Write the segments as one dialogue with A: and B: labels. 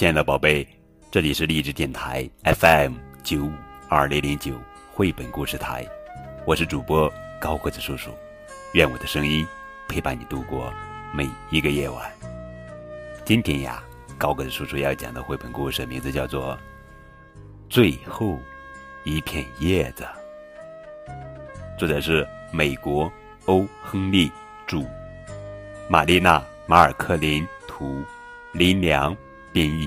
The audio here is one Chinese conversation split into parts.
A: 亲爱的宝贝，这里是励志电台 FM952009绘本故事台，我是主播高个子叔叔，愿我的声音陪伴你度过每一个夜晚。今天呀，高个子叔叔要讲的绘本故事名字叫做《最后一片叶子》，作者是美国欧·亨利著，玛丽娜·马尔克林图，林良编译。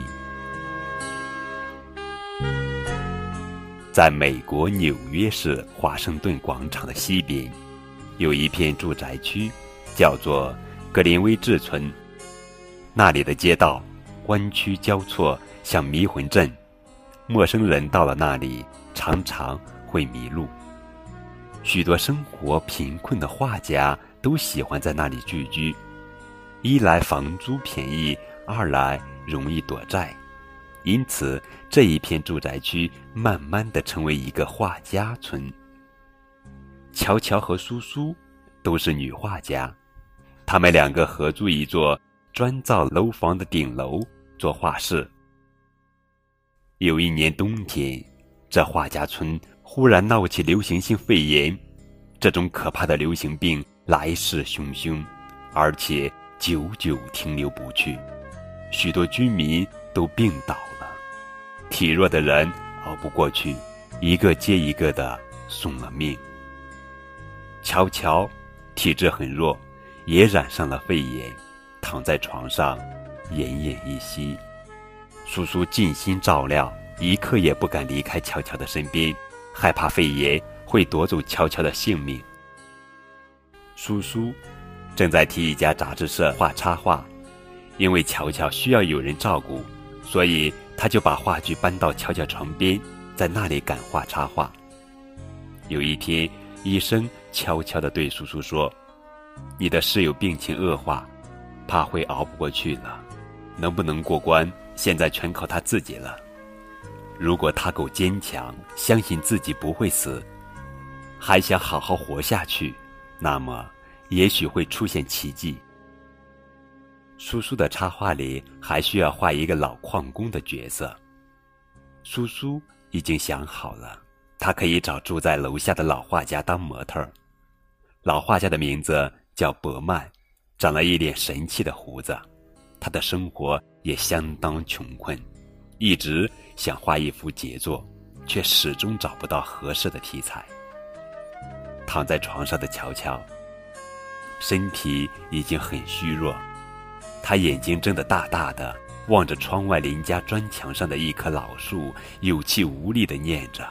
A: 在美国纽约市华盛顿广场的西边，有一片住宅区，叫做格林威治村。那里的街道弯曲交错，像迷魂阵，陌生人到了那里常常会迷路。许多生活贫困的画家都喜欢在那里聚居，一来房租便宜，二来容易躲债，因此这一片住宅区慢慢地成为一个画家村。乔乔和苏苏都是女画家，她们两个合租一座砖造楼房的顶楼做画室。有一年冬天，这画家村忽然闹起流行性肺炎，这种可怕的流行病来势汹汹，而且久久停留不去，许多居民都病倒了，体弱的人熬不过去，一个接一个的送了命。乔乔体质很弱，也染上了肺炎，躺在床上奄奄一息。苏苏尽心照料，一刻也不敢离开乔乔的身边，害怕肺炎会夺走乔乔的性命。苏苏正在替一家杂志社画插画，因为乔乔需要有人照顾，所以他就把画具搬到乔乔床边，在那里赶画插画。有一天，医生悄悄地对苏苏说：“你的室友病情恶化，怕会熬不过去了，能不能过关，现在全靠他自己了。如果他够坚强，相信自己不会死，还想好好活下去，那么也许会出现奇迹。”苏苏的插画里还需要画一个老矿工的角色。苏苏已经想好了，他可以找住在楼下的老画家当模特儿。老画家的名字叫伯曼，长了一脸神气的胡子。他的生活也相当穷困，一直想画一幅杰作，却始终找不到合适的题材。躺在床上的乔乔，身体已经很虚弱，他眼睛睁得大大的，望着窗外邻家砖墙上的一棵老树，有气无力地念着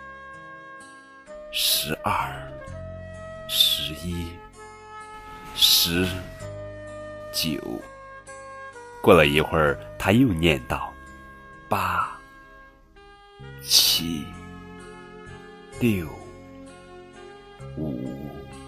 A: ：12、11、19。过了一会儿，他又念道：8、7、6、5。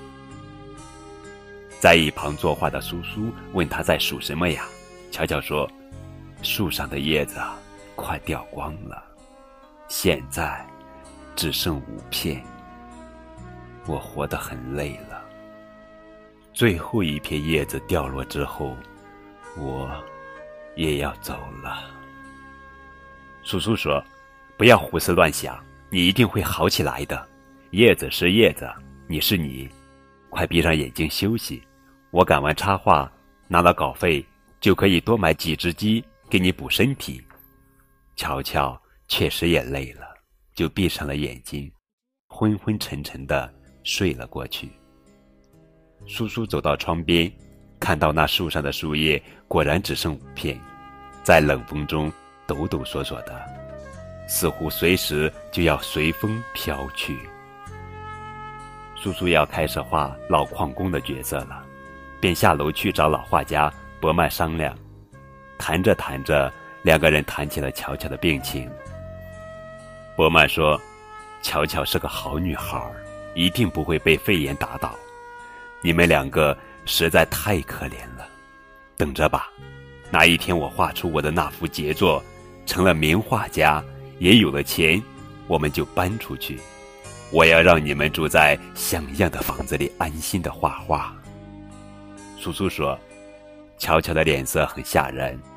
A: 在一旁作画的苏苏问他在数什么呀？乔乔说：“树上的叶子快掉光了，现在只剩5片。我活得很累了，最后一片叶子掉落之后，我也要走了。”苏苏说：“不要胡思乱想，你一定会好起来的。叶子是叶子，你是你，快闭上眼睛休息。我赶完插画，拿了稿费，就可以多买几只鸡给你补身体。”乔乔确实也累了，就闭上了眼睛，昏昏沉沉地睡了过去。苏苏走到窗边，看到那树上的树叶果然只剩5片，在冷风中抖抖索索的，似乎随时就要随风飘去。苏苏要开始画老矿工的角色了，便下楼去找老画家伯曼商量。谈着谈着，两个人谈起了乔乔的病情。伯曼说：“乔乔是个好女孩，一定不会被肺炎打倒。你们两个实在太可怜了，等着吧，那一天我画出我的那幅杰作，成了名画家，也有了钱，我们就搬出去。我要让你们住在像样的房子里，安心的画画。”苏苏说：“乔乔的脸色很吓人，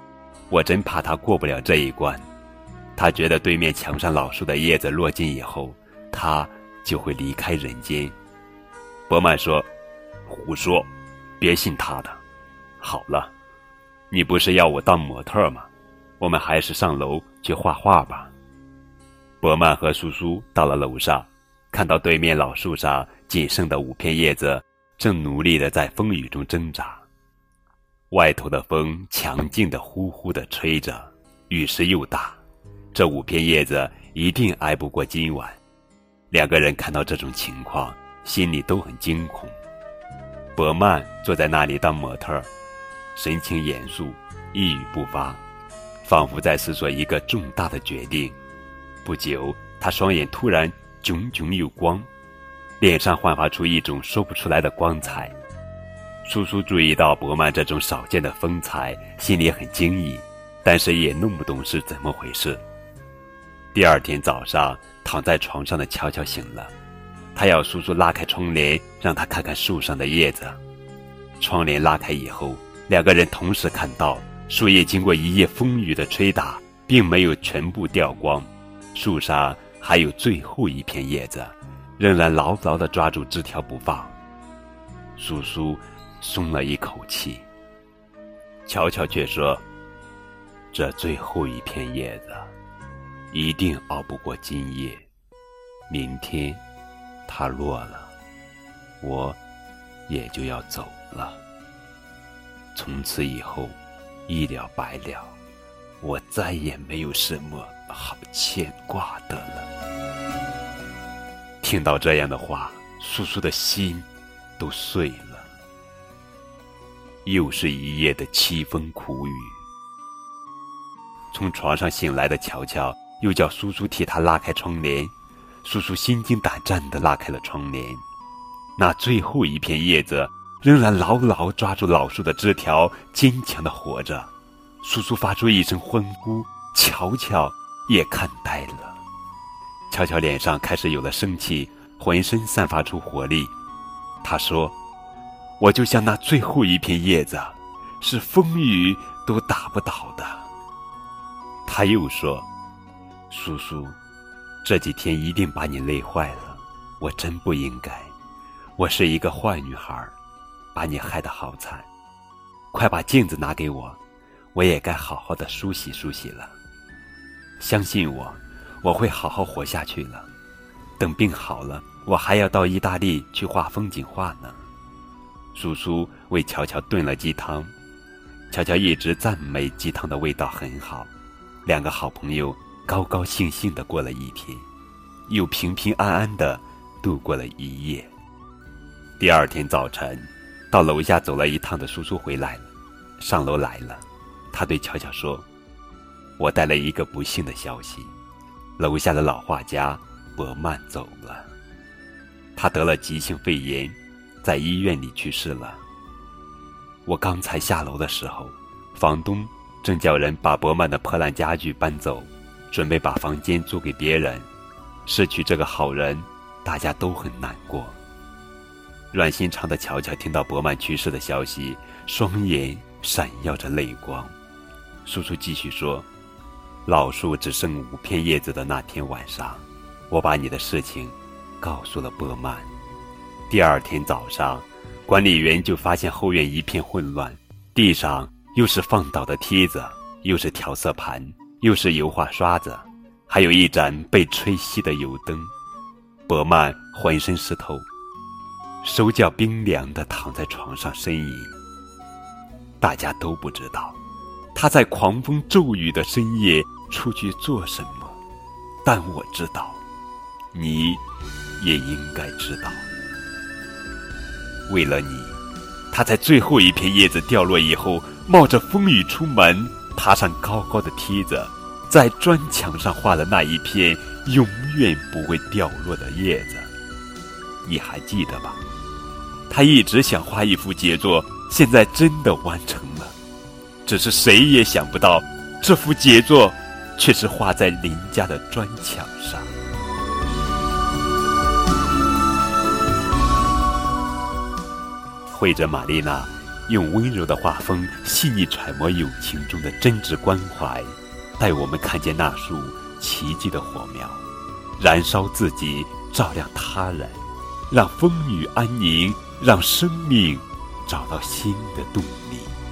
A: 我真怕他过不了这一关。他觉得对面墙上老树的叶子落尽以后，他就会离开人间。伯曼说：胡说，别信他的。好了，你不是要我当模特吗？我们还是上楼去画画吧。伯曼和苏苏到了楼上，看到对面老树上仅剩的5片叶子正努力地在风雨中挣扎。外头的风强劲地呼呼地吹着，雨势又大，这5片叶子一定挨不过今晚。2个人看到这种情况，心里都很惊恐。伯曼坐在那里当模特，神情严肃，一语不发，仿佛在思索一个重大的决定。不久，他双眼突然炯炯有光，脸上焕发出一种说不出来的光彩。苏苏注意到伯曼这种少见的风采，心里很惊异，但是也弄不懂是怎么回事。第2天早上，躺在床上的乔乔醒了，他要苏苏拉开窗帘，让他看看树上的叶子。窗帘拉开以后，2个人同时看到树叶经过一夜风雨的吹打，并没有全部掉光，树上还有最后1片叶子，仍然牢牢地抓住枝条不放。苏苏松了一口气。乔乔却说：这最后1片叶子一定熬不过今夜，明天它落了，我也就要走了。从此以后一了百了，我再也没有什么好牵挂的了。听到这样的话，苏苏的心都碎了。又是一夜的凄风苦雨。从床上醒来的乔乔又叫苏苏替他拉开窗帘，苏苏心惊胆战地拉开了窗帘。那最后1片叶子仍然牢牢抓住老树的枝条，坚强地活着。苏苏发出一声欢呼，乔乔也看呆了。乔乔脸上开始有了生气，浑身散发出活力。他说：我就像那最后1片叶子，是风雨都打不倒的。他又说：苏苏，这几天一定把你累坏了，我真不应该，我是一个坏女孩，把你害得好惨。快把镜子拿给我，我也该好好的梳洗梳洗了。相信我，我会好好活下去了。等病好了，我还要到意大利去画风景画呢。苏苏为乔乔炖了鸡汤，乔乔一直赞美鸡汤的味道很好。2个好朋友高高兴兴地过了1天，又平平安安地度过了1夜。第2天早晨，到楼下走了一趟的苏苏回来了，上楼来了。他对乔乔说：我带了一个不幸的消息，楼下的老画家伯曼走了，他得了急性肺炎，在医院里去世了。我刚才下楼的时候，房东正叫人把伯曼的破烂家具搬走，准备把房间租给别人。失去这个好人，大家都很难过。软心肠的乔乔听到伯曼去世的消息，双眼闪耀着泪光。苏苏继续说：老树只剩5片叶子的那天晚上，我把你的事情告诉了伯曼。第2天早上，管理员就发现后院一片混乱，地上又是放倒的梯子，又是调色盘，又是油画刷子，还有一盏被吹熄的油灯。伯曼浑身湿透，手脚冰凉地躺在床上呻吟。大家都不知道他在狂风骤雨的深夜出去做什么，但我知道，你也应该知道。为了你，他在最后1片叶子掉落以后，冒着风雨出门，爬上高高的梯子，在砖墙上画了那1片永远不会掉落的叶子。你还记得吧？他一直想画一幅杰作，现在真的完成了。只是谁也想不到，这幅杰作却是画在邻家的砖墙上。会着玛丽娜用温柔的画风细腻揣摩友情中的真挚关怀，带我们看见那束奇迹的火苗，燃烧自己，照亮他人，让风雨安宁，让生命找到新的动力。